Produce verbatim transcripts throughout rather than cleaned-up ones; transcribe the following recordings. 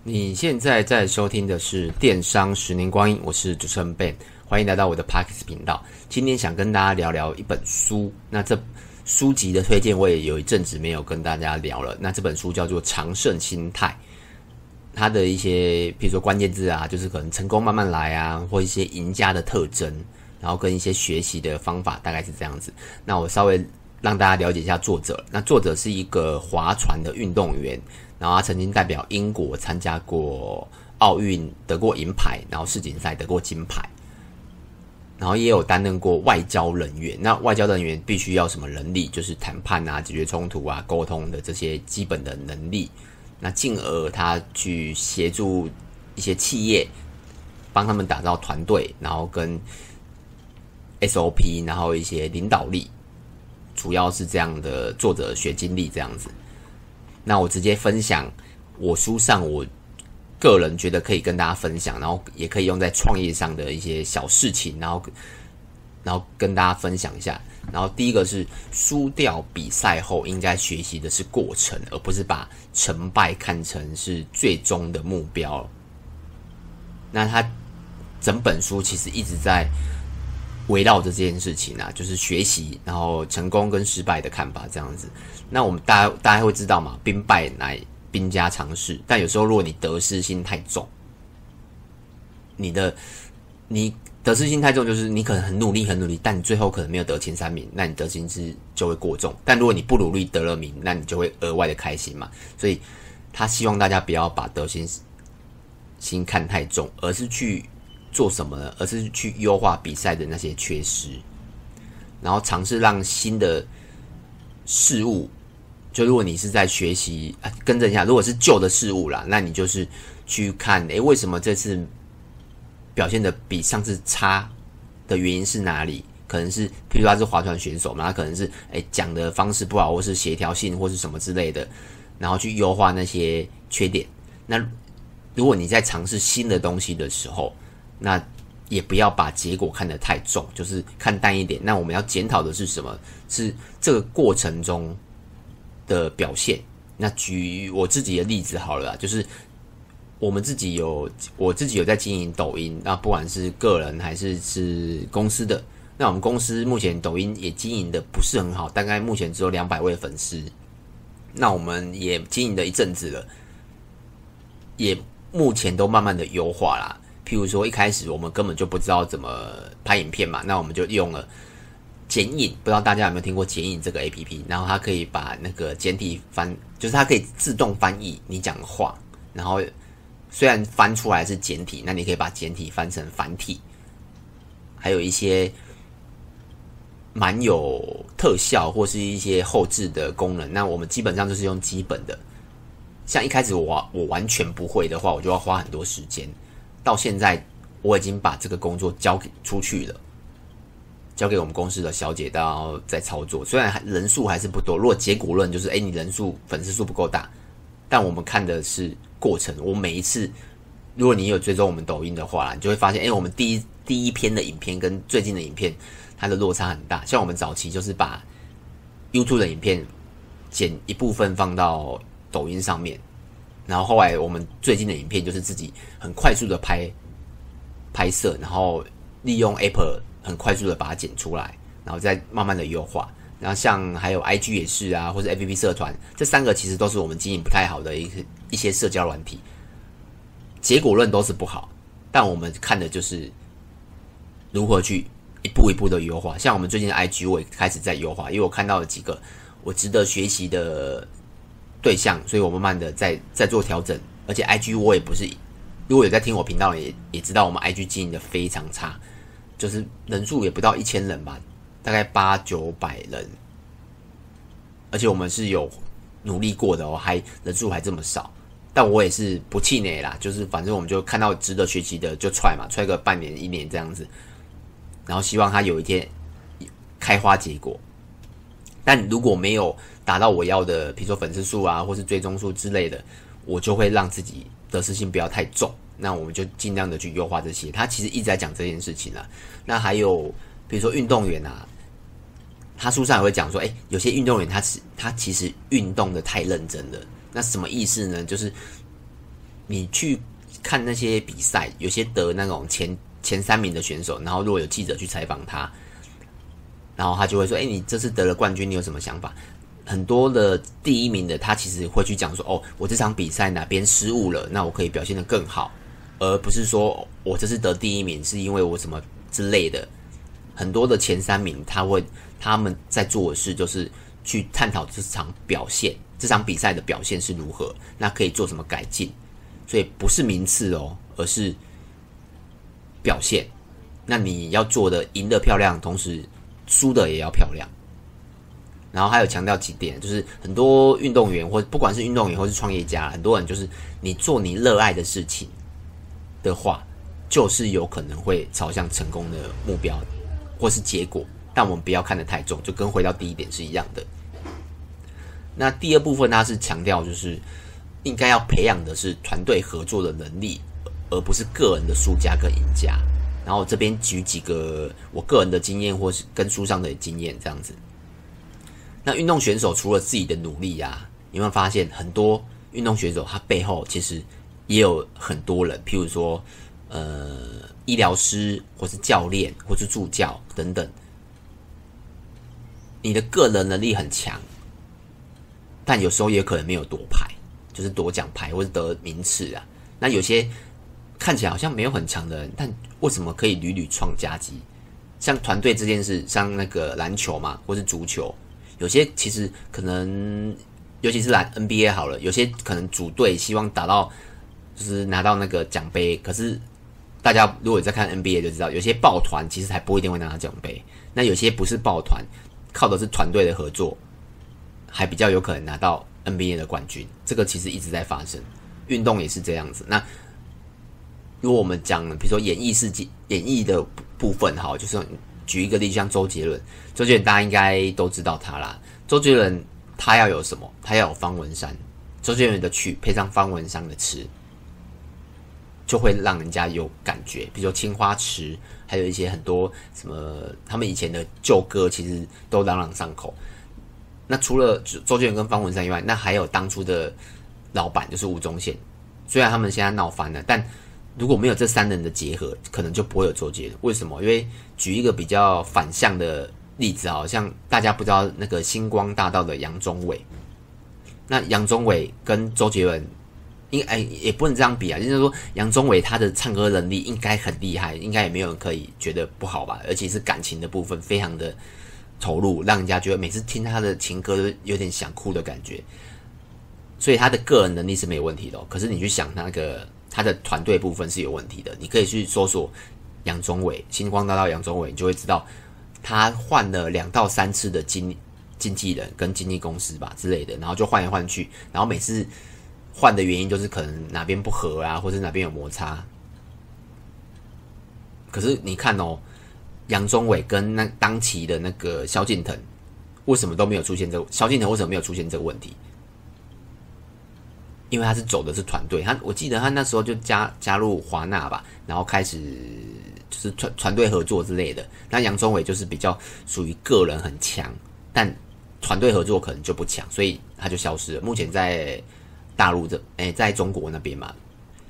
你现在在收听的是电商十年光阴，我是主持人 Ben， 欢迎来到我的 Podcast 频道。今天想跟大家聊聊一本书，那这书籍的推荐我也有一阵子没有跟大家聊了。那这本书叫做《常胜心态》，它的一些比如说关键字啊，就是可能成功慢慢来啊，或一些赢家的特征，然后跟一些学习的方法，大概是这样子。那我稍微让大家了解一下作者。那作者是一个划船的运动员，然后他曾经代表英国参加过奥运，得过银牌，然后世锦赛得过金牌，然后也有担任过外交人员。那外交人员必须要什么能力？就是谈判啊、解决冲突啊、沟通的这些基本的能力。那进而他去协助一些企业，帮他们打造团队，然后跟 S O P， 然后一些领导力，主要是这样的作者学经历这样子。那我直接分享我书上我个人觉得可以跟大家分享，然后也可以用在创业上的一些小事情，然后然后跟大家分享一下。然后第一个是输掉比赛后应该学习的是过程，而不是把成败看成是最终的目标。那他整本书其实一直在围绕着这件事情啊，就是学习，然后成功跟失败的看法这样子。那我们大家大家会知道嘛，兵败乃兵家常事。但有时候如果你得失心太重，你的你得失心太重，就是你可能很努力很努力，但你最后可能没有得前三名，那你得失心就会过重。但如果你不努力得了名，那你就会额外的开心嘛。所以他希望大家不要把得失心看太重，而是去做什么呢？而是去优化比赛的那些缺失，然后尝试让新的事物，就如果你是在学习，啊，更正一下，如果是旧的事物啦，那你就是去看，诶，为什么这次表现的比上次差的原因是哪里？可能是，譬如他是划船选手嘛，他可能是诶讲的方式不好，或是协调性，或是什么之类的，然后去优化那些缺点。那如果你在尝试新的东西的时候，那也不要把结果看得太重，就是看淡一点。那我们要检讨的是什么？是这个过程中的表现。那举我自己的例子好了啦，就是我们自己有，我自己有在经营抖音，那不管是个人还是是公司的。那我们公司目前抖音也经营的不是很好，大概目前只有两百位粉丝。那我们也经营了一阵子了，也目前都慢慢的优化啦。譬如说一开始我们根本就不知道怎么拍影片嘛，那我们就用了剪影，不知道大家有没有听过剪影这个 A P P， 然后它可以把那个简体翻，就是它可以自动翻译你讲的话，然后虽然翻出来是简体，那你可以把简体翻成繁体，还有一些蛮有特效或是一些后置的功能，那我们基本上就是用基本的。像一开始我我完全不会的话，我就要花很多时间。到现在我已经把这个工作交给出去了，交给我们公司的小姐，然后再操作。虽然人数还是不多，如果结果论就是，诶，你人数粉丝数不够大，但我们看的是过程。我每一次，如果你有追踪我们抖音的话啦，你就会发现，诶，我们第一第一篇的影片跟最近的影片，它的落差很大。像我们早期就是把 YouTube 的影片剪一部分放到抖音上面。然后后来我们最近的影片就是自己很快速的拍拍摄，然后利用 Apple 很快速的把它剪出来，然后再慢慢的优化。然后像还有 I G 也是啊，或是 F B 社团，这三个其实都是我们经营不太好的一个一些社交软体，结果论都是不好，但我们看的就是如何去一步一步的优化。像我们最近的 I G 我也开始在优化，因为我看到了几个我值得学习的对象，所以我慢慢的在在做调整。而且 I G 我也不是，如果有在听我频道也也知道我们 I G 经营的非常差，就是人数也不到一千人吧，大概八九百人，而且我们是有努力过的哦，还人数还这么少。但我也是不气馁啦，就是反正我们就看到值得学习的就踹嘛，踹个半年一年这样子，然后希望它有一天开花结果。但如果没有达到我要的，比如说粉丝数啊，或是追踪数之类的，我就会让自己得失心不要太重。那我们就尽量的去优化这些。他其实一直在讲这件事情啦。那还有比如说运动员啊，他书上也会讲说，哎，有些运动员他他其实运动的太认真了。那什么意思呢？就是你去看那些比赛，有些得那种前前三名的选手，然后如果有记者去采访他，然后他就会说：“哎，你这次得了冠军，你有什么想法？”很多的第一名的，他其实会去讲说：“哦，我这场比赛哪边失误了，那我可以表现得更好。”而不是说我这次得第一名是因为我什么之类的。很多的前三名，他会他们在做的事就是去探讨这场表现，这场比赛的表现是如何，那可以做什么改进。所以不是名次哦，而是表现。那你要做的赢得漂亮，同时输的也要漂亮。然后还有强调几点，就是很多运动员或不管是运动员或是创业家，很多人就是你做你热爱的事情的话，就是有可能会朝向成功的目标或是结果，但我们不要看得太重，就跟回到第一点是一样的。那第二部分它是强调就是应该要培养的是团队合作的能力，而不是个人的输家跟赢家。然后我这边举几个我个人的经验或是跟书上的经验这样子。那运动选手除了自己的努力啊，你有没有发现很多运动选手他背后其实也有很多人，譬如说呃医疗师或是教练或是助教等等。你的个人能力很强，但有时候也可能没有夺牌，就是夺奖牌或是得名次啊。那有些看起来好像没有很强的人，但为什么可以屡屡创佳绩？像团队这件事，像那个篮球嘛，或是足球，有些其实可能，尤其是篮 N B A 好了，有些可能组队希望达到就是拿到那个奖杯，可是大家如果在看 N B A 就知道，有些抱团其实还不一定会拿到奖杯，那有些不是抱团，靠的是团队的合作，还比较有可能拿到 N B A 的冠军。这个其实一直在发生，运动也是这样子。那如果我们讲，比如说演艺世界、演艺的部分，哈，就是举一个例子，像周杰伦，周杰伦大家应该都知道他啦。周杰伦他要有什么？他要有方文山。周杰伦的曲配上方文山的词，就会让人家有感觉。比如说《青花瓷》，还有一些很多什么他们以前的旧歌，其实都朗朗上口。那除了周杰伦跟方文山以外，那还有当初的老板就是吴宗宪。虽然他们现在闹翻了，但如果没有这三人的结合，可能就不会有周杰伦。为什么？因为举一个比较反向的例子，好像大家不知道那个星光大道的杨宗纬。那杨宗纬跟周杰伦，应哎也不能这样比啊，就是说杨宗纬他的唱歌能力应该很厉害，应该也没有人可以觉得不好吧？而且是感情的部分非常的投入，让人家觉得每次听他的情歌都有点想哭的感觉。所以他的个人能力是没有问题的哦，可是你去想那个他的团队部分是有问题的。你可以去搜索杨宗纬、星光大道杨宗纬，你就会知道他换了两到三次的经经纪人跟经纪公司吧之类的，然后就换来换去，然后每次换的原因就是可能哪边不合啊，或者哪边有摩擦。可是你看哦，杨宗纬跟那当期的那个萧敬腾，为什么都没有出现这个？萧敬腾为什么没有出现这个问题？因为他是走的是团队，他我记得他那时候就加加入华纳吧，然后开始就是团团队合作之类的。那杨宗纬就是比较属于个人很强，但团队合作可能就不强，所以他就消失了。目前在大陆这，哎，在中国那边嘛，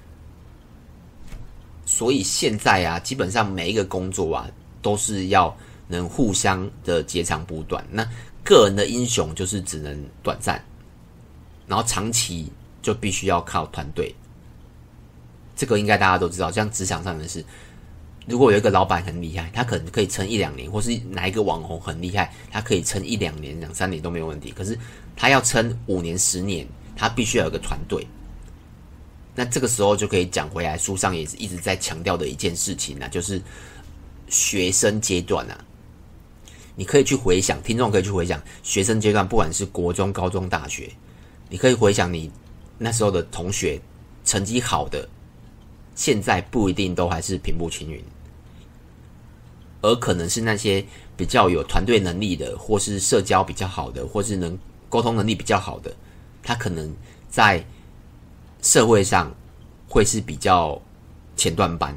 所以现在啊，基本上每一个工作啊，都是要能互相的截长补短。那个人的英雄就是只能短暂，然后长期就必须要靠团队。这个应该大家都知道，像职场上的事，如果有一个老板很厉害，他可能可以撑一两年，或是哪一个网红很厉害，他可以撑一两年、两三年都没有问题。可是他要撑五年、十年，他必须要有个团队。那这个时候就可以讲回来，书上也是一直在强调的一件事情啊，就是学生阶段啊，你可以去回想，听众可以去回想学生阶段，不管是国中、高中、大学，你可以回想你那时候的同学成绩好的，现在不一定都还是平步青云，而可能是那些比较有团队能力的，或是社交比较好的，或是能沟通能力比较好的，他可能在社会上会是比较前段班。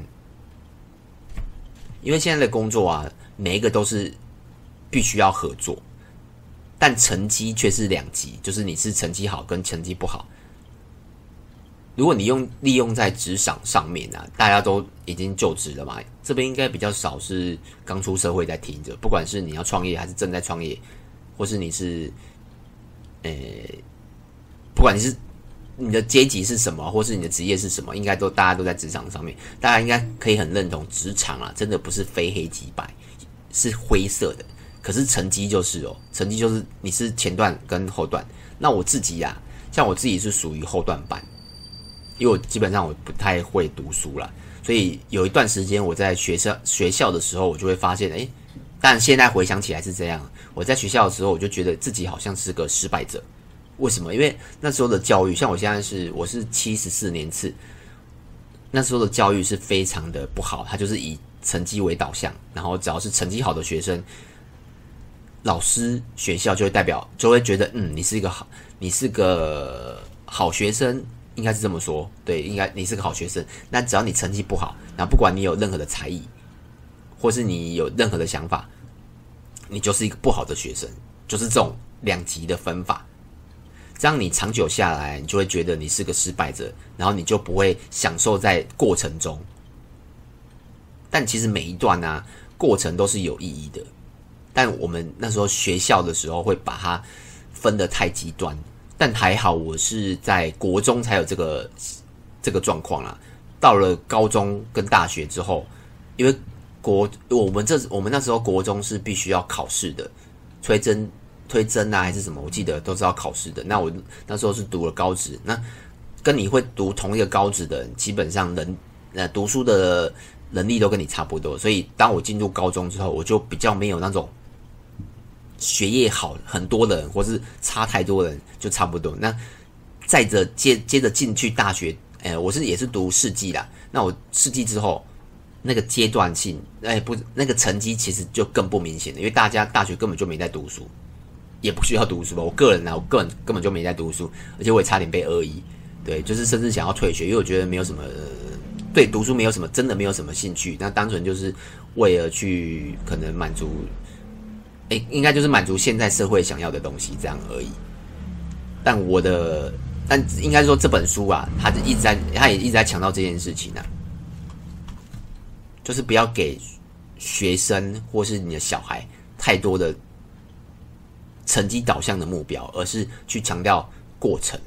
因为现在的工作啊，每一个都是必须要合作，但成绩却是两极，就是你是成绩好跟成绩不好。 如果你用利用在职场上面啊，大家都已经就职了嘛，这边应该比较少是刚出社会在听着，不管是你要创业还是正在创业，或是你是，呃，不管你是你的阶级是什么，或是你的职业是什么，应该都大家都在职场上面，大家应该可以很认同，职场啊，真的不是非黑即白，是灰色的。可是成绩就是哦，成绩就是你是前段跟后段。那我自己啊，像我自己是属于后段班。因为我基本上我不太会读书啦，所以有一段时间我在学校学校的时候，我就会发现，哎，但现在回想起来是这样。我在学校的时候，我就觉得自己好像是个失败者。为什么？因为那时候的教育，像我现在是我是七十四年次，那时候的教育是非常的不好，它就是以成绩为导向，然后只要是成绩好的学生，老师、学校就会代表就会觉得，嗯，你是一个好，你是个好学生。应该是这么说，对，应该你是个好学生。那只要你成绩不好，然后不管你有任何的才艺，或是你有任何的想法，你就是一个不好的学生，就是这种两极的分法。这样你长久下来，你就会觉得你是个失败者，然后你就不会享受在过程中。但其实每一段啊，过程都是有意义的。但我们那时候学校的时候会把它分得太极端。但还好，我是在国中才有这个这个状况啦。到了高中跟大学之后，因为国我们这我们那时候国中是必须要考试的，推甄推甄啊还是什么，我记得都是要考试的。那我那时候是读了高职，那跟你会读同一个高职的人，基本上能呃读书的能力都跟你差不多。所以当我进入高中之后，我就比较没有那种。学业好很多的人，或是差太多的人，就差不多。那再着接接着进去大学，哎、欸，我是也是读世纪啦。那我世纪之后，那个阶段性，哎、欸，不，那个成绩其实就更不明显了，因为大家大学根本就没在读书，也不需要读书吧。我个人啊，我个人根本就没在读书，而且我也差点被二一，对，就是甚至想要退学，因为我觉得没有什么、呃、对读书没有什么，真的没有什么兴趣。那单纯就是为了去可能满足。诶，应该就是满足现在社会想要的东西这样而已。但我的，但应该说这本书啊，他一直在，他也一直在强调这件事情啊，就是不要给学生或是你的小孩太多的成绩导向的目标，而是去强调过程。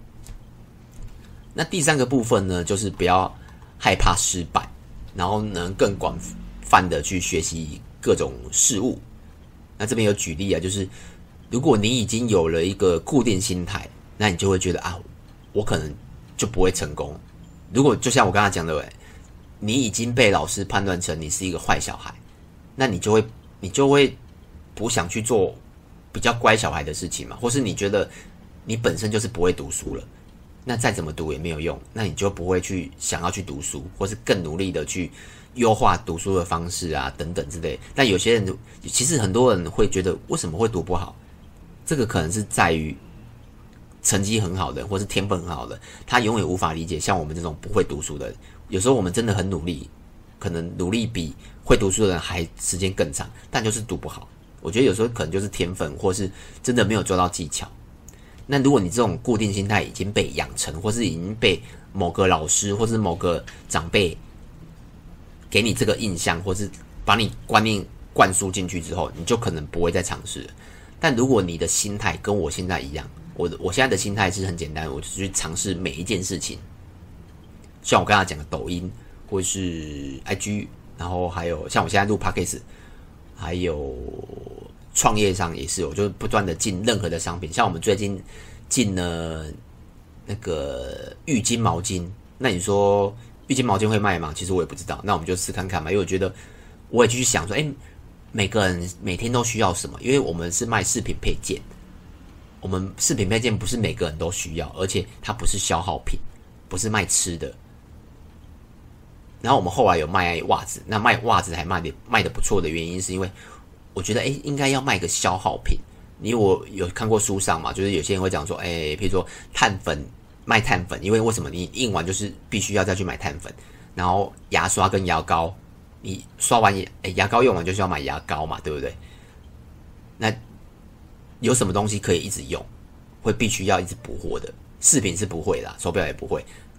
那第三个部分呢，就是不要害怕失败，然后能更广泛的去学习各种事物。那这边有举例啊，就是如果你已经有了一个固定心态，那你就会觉得啊，我可能就不会成功。如果就像我刚才讲的，你已经被老师判断成你是一个坏小孩，那你就会你就会不想去做比较乖小孩的事情嘛，或是你觉得你本身就是不会读书了，那再怎么读也没有用，那你就不会去想要去读书，或是更努力的去优化读书的方式啊，等等之类。但有些人，其实很多人会觉得，为什么会读不好？这个可能是在于成绩很好的，或是天分很好的，他永远无法理解像我们这种不会读书的人。有时候我们真的很努力，可能努力比会读书的人还时间更长，但就是读不好。我觉得有时候可能就是天分，或是真的没有抓到技巧。那如果你这种固定心态已经被养成，或是已经被某个老师或是某个长辈给你这个印象，或是把你观念灌输进去之后，你就可能不会再尝试了。但如果你的心态跟我现在一样，我的我现在的心态是很简单，我就去尝试每一件事情，像我刚才讲的抖音或是 I G， 然后还有像我现在录 Podcast， 还有创业上也是，我就不断的进任何的商品，像我们最近进了那个浴巾毛巾，那你说浴巾毛巾会卖吗？其实我也不知道，那我们就试看看嘛，因为我觉得我也去想说，哎、欸，每个人每天都需要什么？因为我们是卖饰品配件，我们饰品配件不是每个人都需要，而且它不是消耗品，不是卖吃的。然后我们后来有卖袜子，那卖袜子还卖的卖的不错的原因，是因为我觉得，哎、欸，应该要卖个消耗品。因为我有看过书上嘛，就是有些人会讲说，哎、欸，譬如说碳粉卖碳粉，因为为什么你印完就是必须要再去买碳粉，然后牙刷跟牙膏，你刷完牙、欸、牙膏用完就是要买牙膏嘛，对不对？那有什么东西可以一直用，会必须要一直补货的？饰品是不会啦，手表也不会，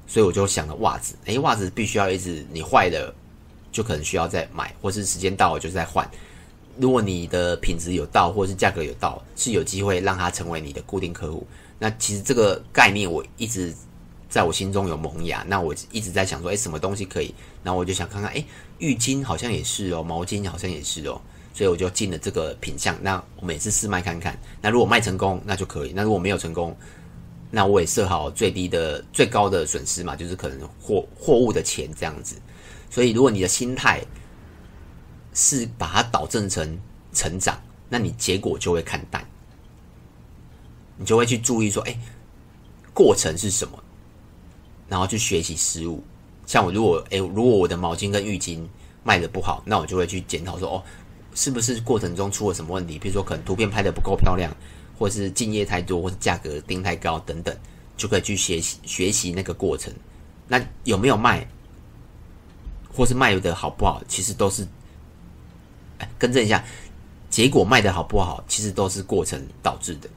所以我就想了袜子，诶，袜子必须要一直你坏了就可能需要再买，或是时间到了就是再换。如果你的品质有到，或是价格有到，是有机会让它成为你的固定客户。那其实这个概念我一直在我心中有萌芽，那我一直在想说，诶，什么东西可以？然后我就想看看，诶，浴巾好像也是哦，毛巾好像也是哦，所以我就进了这个品项。那我们也是试卖看看，那如果卖成功，那就可以；那如果没有成功，那我也设好最低的、最高的损失嘛，就是可能货货物的钱这样子。所以，如果你的心态是把它导正成成长，那你结果就会看淡，你就会去注意说，哎，过程是什么，然后去学习失误。像我如果，哎，如果我的毛巾跟浴巾卖得不好，那我就会去检讨说，哦，是不是过程中出了什么问题？比如说，可能图片拍得不够漂亮。或是敬业太多，或是价格定太高等等，就可以去学习学习那个过程。那有没有卖，或是卖的好不好，其实都是，哎，更正一下，结果卖的好不好，其实都是过程导致的。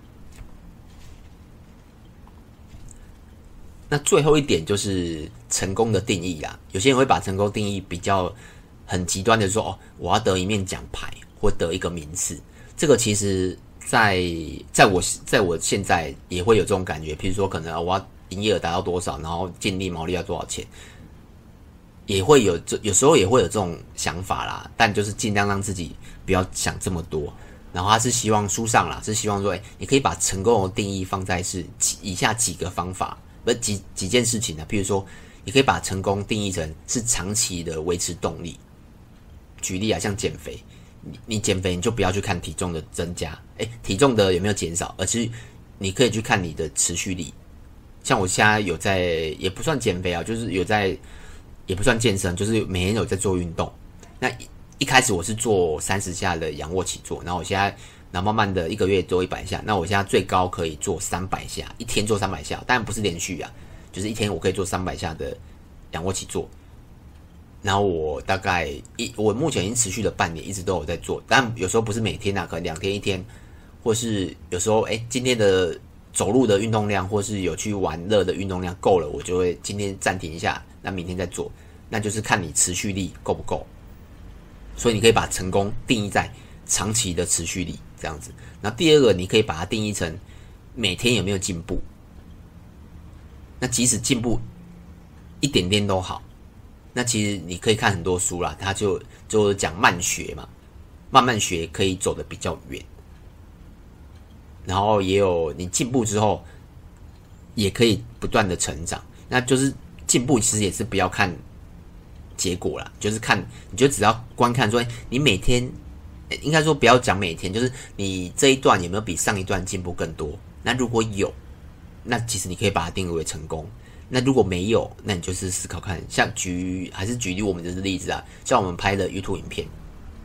那最后一点就是成功的定义啦。有些人会把成功定义比较很极端的说，哦，我要得一面奖牌或得一个名次，这个其实。在在我在我现在也会有这种感觉，譬如说可能我要营业额达到多少，然后净利毛利要多少钱，也会有这有时候也会有这种想法啦，但就是尽量让自己不要想这么多。然后他是希望书上啦，是希望说，哎，你可以把成功的定义放在是以下几个方法，不是几几件事情呢？譬如说，你可以把成功定义成是长期的维持动力。举例啊，像减肥。你你减肥你就不要去看体重的增加，诶，体重的有没有减少，而是你可以去看你的持续力。像我现在有在，也不算减肥啊，就是有在，也不算健身，就是每天有在做运动。那一一开始我是做三十下的仰卧起坐，然后我现在，然后慢慢的一个月做一百下，那我现在最高可以做三百下，一天做三百下，当然不是连续啊，就是一天我可以做三百下的仰卧起坐。然后我大概一，我目前已经持续了半年，一直都有在做，但有时候不是每天啊，可能两天一天，或是有时候哎，今天的走路的运动量，或是有去玩乐的运动量够了，我就会今天暂停一下，那明天再做，那就是看你持续力够不够。所以你可以把成功定义在长期的持续力这样子。那第二个，你可以把它定义成每天有没有进步。那即使进步一点点都好。那其实你可以看很多书啦，他就就讲慢学嘛，慢慢学可以走得比较远。然后也有你进步之后，也可以不断的成长。那就是进步其实也是不要看结果啦，就是看你就只要观看说，你每天应该说不要讲每天，就是你这一段有没有比上一段进步更多？那如果有，那其实你可以把它定义为成功。那如果没有，那你就是思考看，像举还是举例我们的例子啊，像我们拍的 YouTube 影片，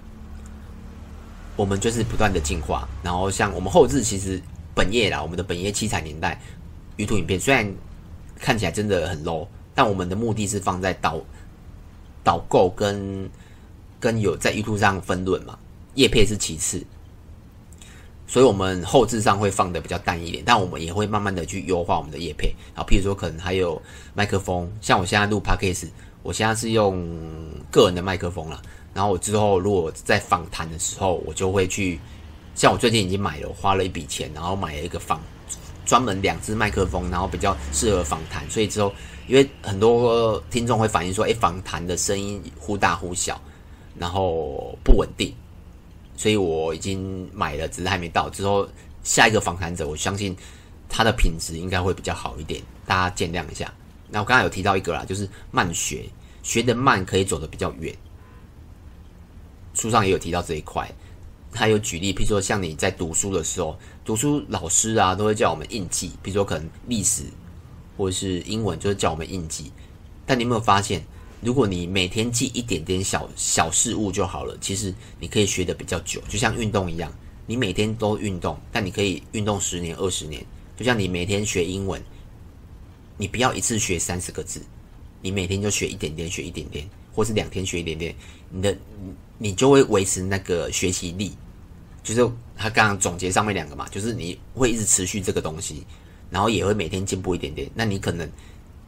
我们就是不断的进化。然后像我们后制其实本业啦，我们的本业七彩年代 YouTube 影片虽然看起来真的很 low， 但我们的目的是放在导导购跟跟有在 YouTube 上分论嘛，业配是其次。所以我们后置上会放的比较淡一点，但我们也会慢慢的去优化我们的业配。然后譬如说可能还有麦克风，像我现在录 Podcast， 我现在是用个人的麦克风啦。然后我之后如果在访谈的时候，我就会去，像我最近已经买了，我花了一笔钱，然后买了一个访专门两支麦克风，然后比较适合访谈。所以之后因为很多听众会反映说，诶，访谈的声音忽大忽小，然后不稳定。所以我已经买了，只是还没到。之后下一个访谈者，我相信他的品质应该会比较好一点，大家见谅一下。那我刚才有提到一个啦，就是慢学，学得慢可以走得比较远。书上也有提到这一块，他有举例，譬如说像你在读书的时候，读书老师啊都会叫我们印记，譬如说可能历史或者是英文就是叫我们印记。但你有没有发现？如果你每天记一点点小小事物就好了，其实你可以学得比较久，就像运动一样，你每天都运动，但你可以运动十年、二十年。就像你每天学英文，你不要一次学三十个字，你每天就学一点点，学一点点，或是两天学一点点，你的你就会维持那个学习力。就是他刚刚总结上面两个嘛，就是你会一直持续这个东西，然后也会每天进步一点点。那你可能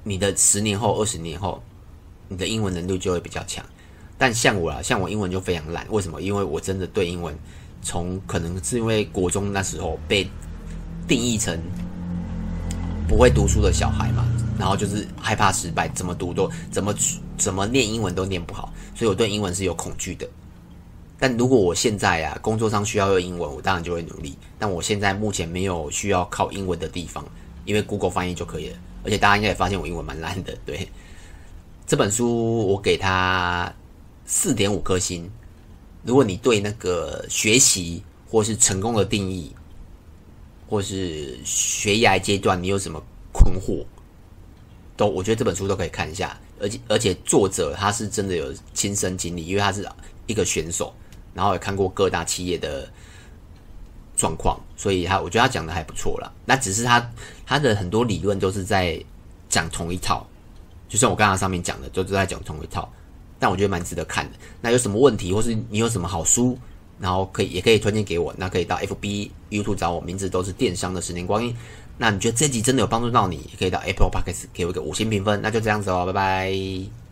你的十年后、二十年后，你的英文能力就会比较强。但像我啦，像我英文就非常烂，为什么？因为我真的对英文从可能是因为国中那时候被定义成不会读书的小孩嘛，然后就是害怕失败，怎么读都怎么怎么念英文都念不好，所以我对英文是有恐惧的。但如果我现在啊工作上需要用英文，我当然就会努力。但我现在目前没有需要靠英文的地方，因为 Google 翻译就可以了。而且大家应该也发现我英文蛮烂的，对。这本书我给它 四点五 颗星。如果你对那个学习或是成功的定义，或是学涯阶段你有什么困惑，都我觉得这本书都可以看一下。而且而且作者他是真的有亲身经历，因为他是一个选手，然后也看过各大企业的状况，所以他我觉得他讲的还不错啦。那只是他他的很多理论都是在讲同一套，就像我刚刚上面讲的，都是在讲同一套。但我觉得蛮值得看的。那有什么问题，或是你有什么好书，然后可以也可以推荐给我。那可以到 F B、YouTube 找我，名字都是电商的十年光阴。那你觉得这集真的有帮助到你，也可以到 Apple Podcast 给我一个五星评分。那就这样子哦，拜拜。